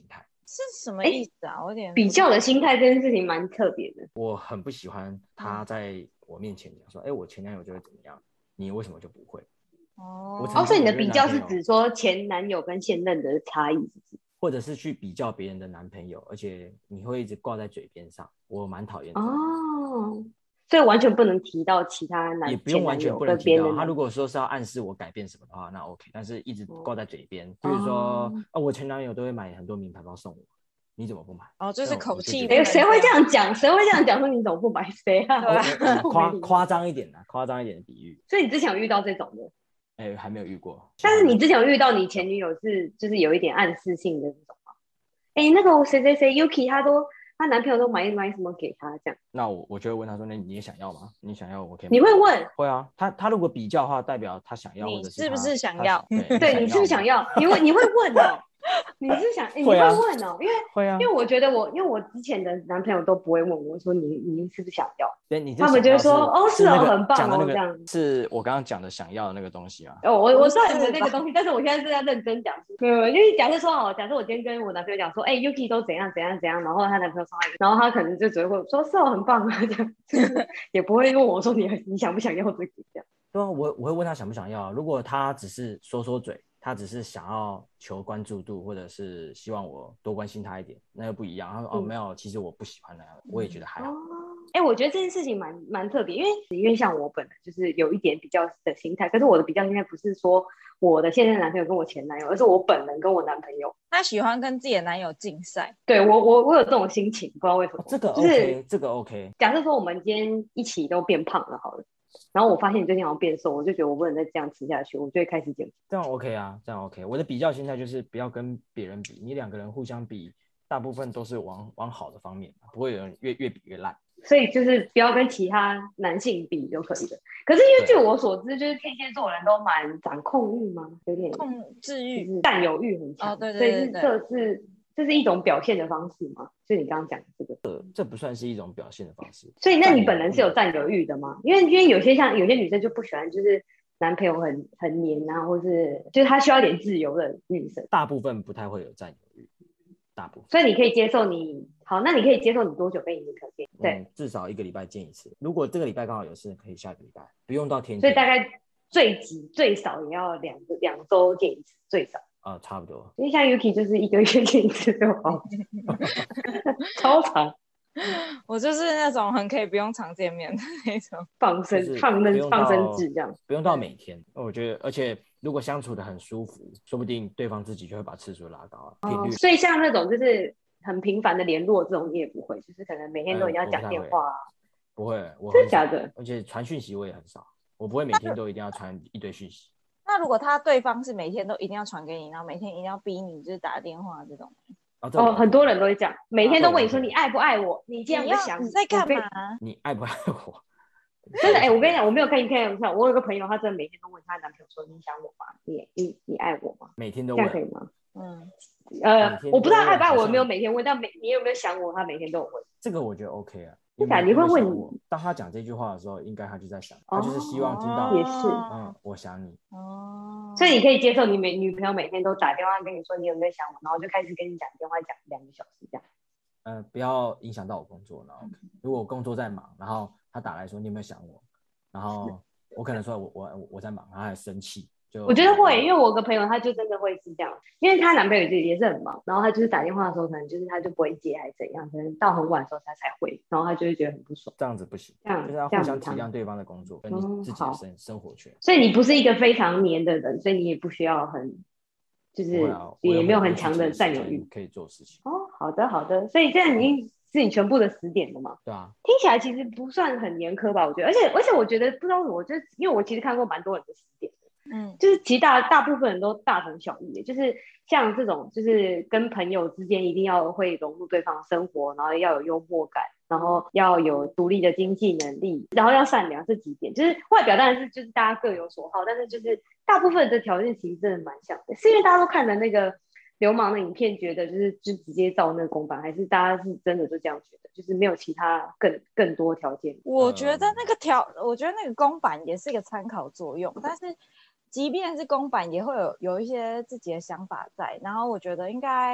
是什么意思啊？我有点比较的心态这件事情蛮特别的。 我很不喜欢他在我面前讲说，哎、欸，我前男友就会怎么样，你为什么就不会？ 哦， 哦，所以你的比较是指说前男友跟现任的差异，是不是？ 或者是去比较别人的男朋友，而且你会一直挂在嘴边上，我蛮讨厌的。 哦，所以完全不能提到其他男， 也不用完全不能提到。他如果说是要暗示我改变什么的话，那 OK。但是一直挂在嘴边，比、哦、如说，啊、哦，我前男友都会买很多名牌包送我，你怎么不买？ 哦，就是口气。 谁谁会这样讲？谁会这样讲说你怎么不买？谁啊？ 夸夸张一点的，夸张一点的比喻。 所以你之前有遇到这种的？ 哎、欸，还没有遇过。 但是你之前有遇到你前女友是就是有一点暗示性的这种吗？哎、欸，那个谁谁谁 Yuki 他都她男朋友都买买什么给她这样？ 那我我就会问他说：“那你也想要吗？你想要我可以。” 你会问？ 会啊，他他如果比较的话，代表他想要，或者是是不是想要？ 对， 对你是不是想要？你会你会问哦？你是想、欸、你会问哦？因为会啊， 因为我觉得我因为我之前的男朋友都不会问我说你你是不是想要？ 对，你他们就会说哦是哦、 那個、 很棒哦、 那個、 这样。 是我刚刚讲的想要的那个东西啊。 哦，我我知道你们那个东西，但是我现在是在认真讲。没有，因为假设说哦，假设我今天跟我男朋友讲说，哎、欸、，Yuki 都怎样怎样怎样，然后她男朋友说，然后他可能就只会说是哦很棒啊这样，就是也不会问我说你你想不想要这个这样。 对啊，我我会问他想不想要。如果他只是说说嘴。他只是想要求关注度，或者是希望我多关心他一点，那又不一样。他说、嗯、哦没有，其实我不喜欢那样，我也觉得还好。 哎、哦欸，我觉得这件事情蛮蛮特别，因为因为像我本来就是有一点比较的心态，可是我的比较心态不是说我的现任男朋友跟我前男友，而是我本人跟我男朋友。 他喜欢跟自己的男友竞赛。 对我我我有这种心情，不知道为什么。 哦、这个 OK，、 就是、 这个 OK。 假设说我们今天一起都变胖了，好了。然后我发现你最近好像变瘦，我就觉得我不能再这样吃下去，我就会开始减肥。 这样 OK 啊，这样 OK。我的比较心态就是不要跟别人比，你两个人互相比，大部分都是往往好的方面，不会有人越越比越烂。 所以就是不要跟其他男性比就可以了。可是因为据我所知，就是天蝎座人都蛮掌控欲吗？有点控制欲， 就是占有欲很强。 哦，对对对对， 所以是这是这是一种表现的方式吗？就你刚刚讲的这个， 呃，这不算是一种表现的方式。 所以那你本人是有占有欲的吗？因为因为有些像有些女生就不喜欢，就是男朋友很很黏啊，或是就是她需要一点自由的女生。 大部分不太会有占有欲，大部分。 所以你可以接受你好，那你可以接受你多久跟你女朋友见？对、 嗯，至少一个礼拜见一次。如果这个礼拜刚好有事，可以下个礼拜，不用到天天。 所以大概最急最少也要两个两周见一次，最少。 啊、呃，差不多。 因为像 Yuki 就是一个月见一次就好，超长。 我就是那种很可以不用常见面的那种放生、就是、放生放生制这样， 不用到每天。我觉得，而且如果相处的很舒服，说不定对方自己就会把次数拉高啊。频率、 哦。所以像那种就是很频繁的联络这种，你也不会，就是可能每天都一定要讲电话啊。 嗯、不会，我真的假的？ 而且传讯息我也很少，我不会每天都一定要传一堆讯息。 那如果他对方是每天都一定要传给你，然后每天一定要逼你就是打电话这种。 哦， 哦，很多人都会这样，每天都问你说你爱不爱我，你这样在想你在干嘛？ 你爱不爱我？ 真的哎、欸，我跟你讲，我没有跟你开玩笑，我有个朋友，他真的每天都问他男朋友说你想我吗？你你你爱我吗？ 每天都问， 这样可以吗？ 嗯， 呃，我不知道爱不爱我，没有每天问，但每你有没有想我？他每天都有问。 这个我觉得 OK 啊。 你敢你会问你？ 当他讲这句话的时候，应该他就在想，他就是希望听到， 也是， 嗯，我想你。 哦， 所以你可以接受你每女朋友每天都打电话跟你说你有没有想我，然后就开始跟你讲电话讲两个小时这样。 呃，不要影响到我工作，然后、okay. 如果我工作在忙，然后他打来说你有没有想我，然后我可能说我我我在忙，他还生气。就我觉得会，因为我有个朋友，他就真的会是这样，因为她男朋友也是很忙，然后他就是打电话的时候，可能就是他就不会接，还是怎样，可能到很晚的时候他才会，然后他就会觉得很不爽。 这样子不行， 这样就是要互相体谅对方的工作跟你自己的生、嗯、生活圈。 所以你不是一个非常黏的人，所以你也不需要很，就是也没有很强的占有欲， 可以做事情。 哦，好的好的，所以这样已经是你全部的死点了嘛？ 对啊， 听起来其实不算很严苛吧？我觉得，而且而且我觉得不知道我觉得，因为我其实看过蛮多人的死点。嗯，就是其实大大部分人都大同小异，就是像这种，就是跟朋友之间一定要会融入对方的生活，然后要有幽默感，然后要有独立的经济能力，然后要善良，这几点就是外表当然是就是大家各有所好，但是就是大部分的条件其实真的蛮像的，是因为大家都看了那个流氓的影片，觉得就是就直接照那个公版，还是大家是真的就这样觉得，就是没有其他更更多条件？ 我觉得那个条，我觉得那个公版也是一个参考作用，但是。即便是公版也会有有一些自己的想法在，然后我觉得应该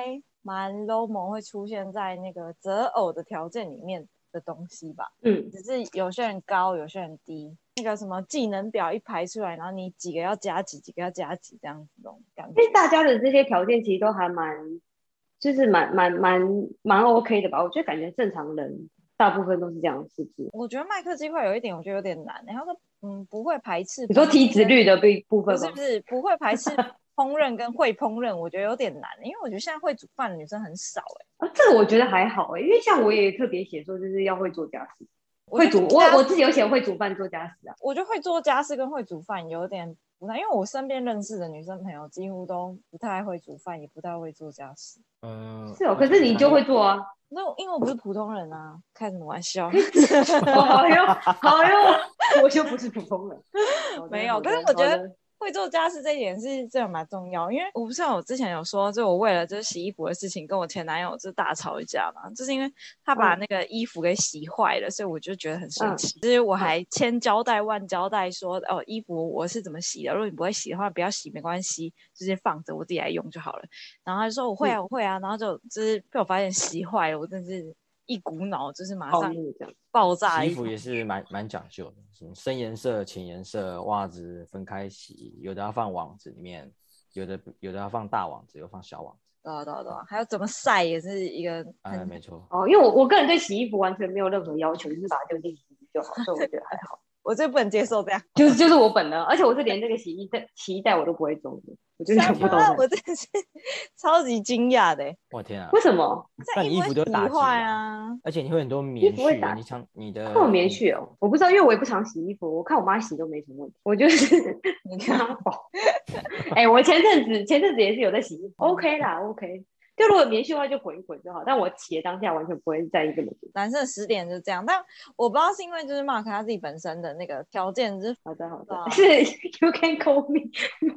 蛮 normal 会出现在那个择偶的条件里面的东西吧。 嗯， 只是有些人高，有些人低。那个什么技能表一排出来，然后你几个要加几，几个要加几，这样子那种感觉。 因为大家的这些条件其实都还蛮，就是蛮蛮蛮蛮 OK 的吧？我觉得感觉正常人大部分都是这样，是不是？ 我觉得麦克鸡块有一点，我觉得有点难。然后说，嗯，不会排斥。 你说体脂率的部分吗？ 不是不是，不会排斥烹饪跟会烹饪，我觉得有点难，因为我觉得现在会煮饭的女生很少哎、 欸。啊，这个我觉得还好哎、欸，因为像我也特别写说，就是要会做家事，会煮。我我自己有写会煮饭做家事啊。 我觉得会做家事跟会煮饭有点不太，因为我身边认识的女生朋友几乎都不太会煮饭，也不太会做家事。 嗯， 是哦，可是你就会做啊。 那因为我不是普通人啊，开什么玩笑？ 好哟好哟，我就不是普通人。 没有，可是我觉得会做家事这一点是真的蛮重要，因为我不知道我之前有说，就我为了就是洗衣服的事情跟我前男友就大吵一架嘛，就是因为他把那个衣服给洗坏了，嗯、所以我就觉得很生气。就是我还千交代万交代说，哦，衣服我是怎么洗的，如果你不会洗的话，不要洗没关系，直接放着我自己来用就好了。然后他就说我会啊我会啊，然后就就是被我发现洗坏了，我真是一股脑就是马上爆炸。 洗衣服也是蛮蛮讲究的，什么深颜色、浅颜色，袜子分开洗，有的要放网子里面，有的有的要放大网子，有放小网子。 对啊对啊对啊，还有怎么晒也是一个很、 哎，没错。 哦，因为我我个人对洗衣服完全没有任何要求，就是把它丢进洗衣机就好，所以我觉得还好。 我最不能接受这样， 就是就是我本人，而且我是连这个洗衣袋洗衣袋我都不会装的，我就是全部都在。 我真的是超级惊讶的， 我天啊！ 为什么？ 那你衣服都打结啊， 而且你会很多棉絮， 打你常你的会有棉絮哦，我不知道，因为我也不常洗衣服，我看我妈洗都没什么问题，我就是你看宝。哎，我前阵子前阵子也是有在洗衣服 ，OK 啦 ，OK。就如果棉絮的话，就滚一滚就好。但我洗的当下完全不会在意这么多。 男生的十点就是这样，但我不知道是因为就是 Mark 他自己本身的那个条件是好的好的，啊、是 You can call me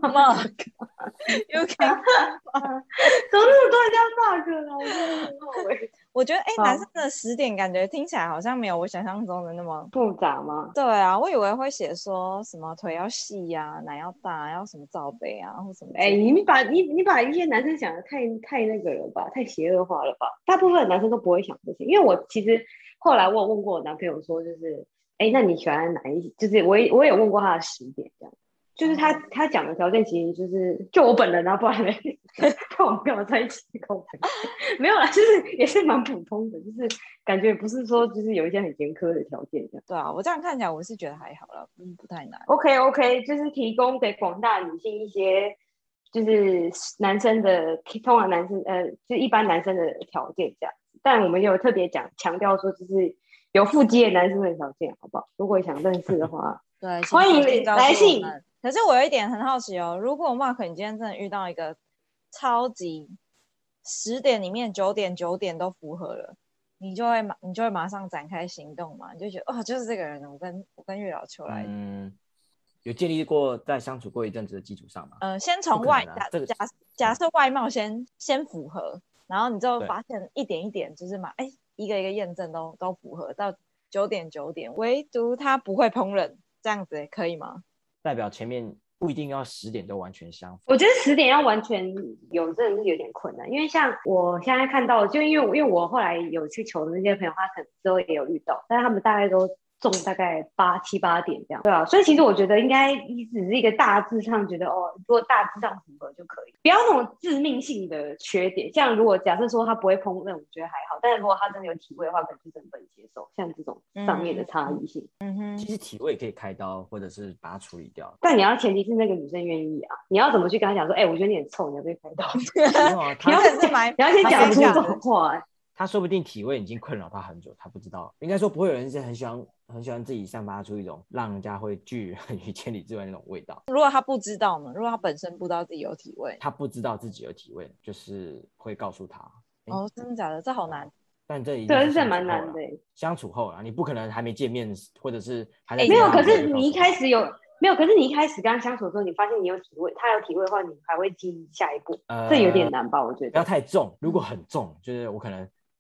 Mark，You can， 怎么那么多人叫 Mark 呢？我真的很后悔。 我觉得哎、欸，男生的十点感觉听起来好像没有我想象中的那么复杂吗？ 对啊，我以为会写说什么腿要细呀、啊，奶要大，要什么罩杯啊，或什么。 哎、欸，你把你你把一些男生想的太太那个了吧，太邪恶化了吧？大部分的男生都不会想这些，因为我其实后来我有问过我男朋友说，就是哎、欸，那你喜欢哪一？就是我也我也有问过他的十点这样。就是他他讲的条件其实就是就我本人啊，不然嘞，跟我朋友在一起跟我朋友没有啦，就是也是蛮普通的，就是感觉不是说就是有一些很严苛的条件这样。 对啊，我这样看起来我是觉得还好啦，嗯，不太难。 OK OK， 就是提供给广大女性一些就是男生的通常男生呃就一般男生的条件这样，但我们有特别讲强调说就是有腹肌的男生的条件，好不好？如果想认识的话， 对， 欢迎来信。 可是我有一点很好奇哦，如果 Mark 你今天真的遇到一个超级十点里面九点九点都符合了，你就会马你就会马上展开行动嘛？你就觉得哦，就是这个人，我跟我跟月老求来的。 嗯，有建立过在相处过一阵子的基础上吗？ 嗯、呃，先从外、 啊、 假、这个、假假设外貌先先符合，然后你就发现一点一点就是嘛，哎，一个一个验证都都符合到九点九点，唯独他不会烹饪，这样子可以吗？ 代表前面不一定要十点都完全相符。 我觉得十点要完全有真的是有点困难，因为像我现在看到，就因为因为我后来有去求的那些朋友，他可能之后也有遇到，但是他们大概都中大概八七八点这样，对啊，所以其实我觉得应该只是一个大致上觉得哦，如果大致上符合就可以，不要那种致命性的缺点。像如果假设说他不会烹饪，我觉得还好，但是如果他真的有体味的话，可能就真的不能接受。像这种上面的差异性， 嗯哼， 其实体味可以开刀或者是把它处理掉， 但你要前提是那个女生愿意啊。你要怎么去跟他讲说，哎、欸，我觉得你很臭，你要被开刀？ 你要你要先讲出这种话、欸。 他说不定体味已经困扰他很久，他不知道。应该说不会有人是很喜欢很喜欢自己散发出一种让人家会拒于千里之外那种味道。 如果他不知道呢？如果他本身不知道自己有体味， 他不知道自己有体味，就是会告诉他。 哦，真的假的？这好难。 但这一定是这蛮难的。 相处后啊，你不可能还没见面，或者是还在、欸、没有。可是你一开始有没有？可是你一开始跟他相处的时候，你发现你有体味，他有体味的话，你还会进下一步。呃，这有点难吧？我觉得不要太重。如果很重，就是我可能。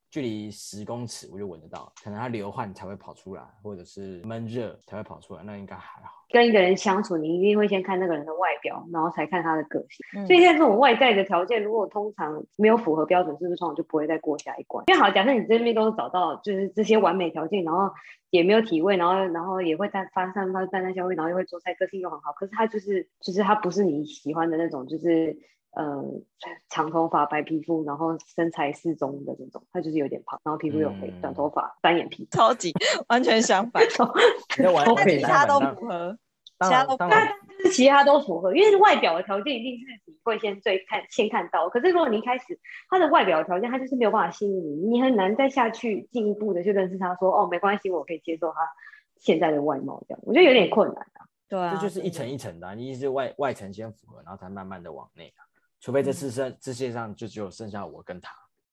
距离十公尺我就闻得到，可能他流汗才会跑出来，或者是闷热才会跑出来，那应该还好。 跟一个人相处，你一定会先看那个人的外表，然后才看他的个性。嗯、所以在这种外在的条件，如果通常没有符合标准，是不是通常就不会再过下一关？因为好，假设你这边都找到就是这些完美条件，然后也没有体味，然后然后也会散发散发淡淡香味，然后又会做菜，个性又很好，可是他就是就是他不是你喜欢的那种，就是呃长头发、白皮肤，然后身材适中的这种，他就是有点胖，然后皮肤又黑，嗯、短头发、单眼皮， 超级完全相反。 那其他都符合。其他都当然就是其他都符合，因为外表的条件一定是你会先最看先看到。可是如果你一开始他的外表的条件，他就是没有办法吸引你，你很难再下去进一步的去认识他说，哦，没关系，我可以接受他现在的外貌，这样我觉得有点困难啊。 对啊， 这就是一层一层的、啊，你是外外层先符合，然后才慢慢的往内啊。除非这世上、嗯、这世界上就只有剩下我跟他，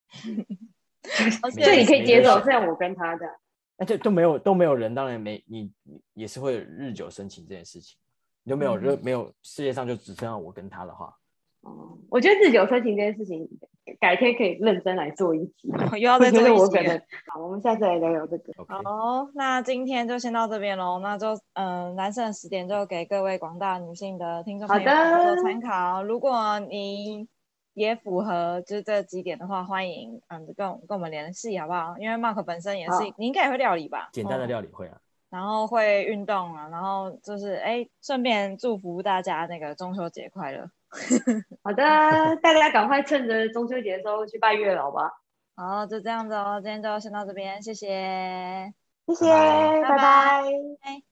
所以你可以接受，虽然我跟他这样。 那就都没有都没有人，当然没你也是会日久生情这件事情，你就没有、嗯、没有世界上就只剩下我跟他的话， 哦，我觉得日久生情这件事情，改天可以认真来做一集， 又要再做一集。 我觉得我可能好，我们下次来聊聊这个。 好、okay. ，那今天就先到这边喽。那就嗯，男生的十点就给各位广大女性的听众朋友做参考。如果你也符合就是这几点的话，欢迎嗯跟跟我们联系好不好？因为 Mark 本身也是，你应该也会料理吧？ 简单的料理会啊，嗯、 然后会运动啊，然后就是哎，顺便祝福大家那个中秋节快乐。 好的，大家赶快趁着中秋节的时候去拜月老吧。 好，就这样子哦，今天就先到这边，谢谢， 谢谢，拜拜。 拜拜。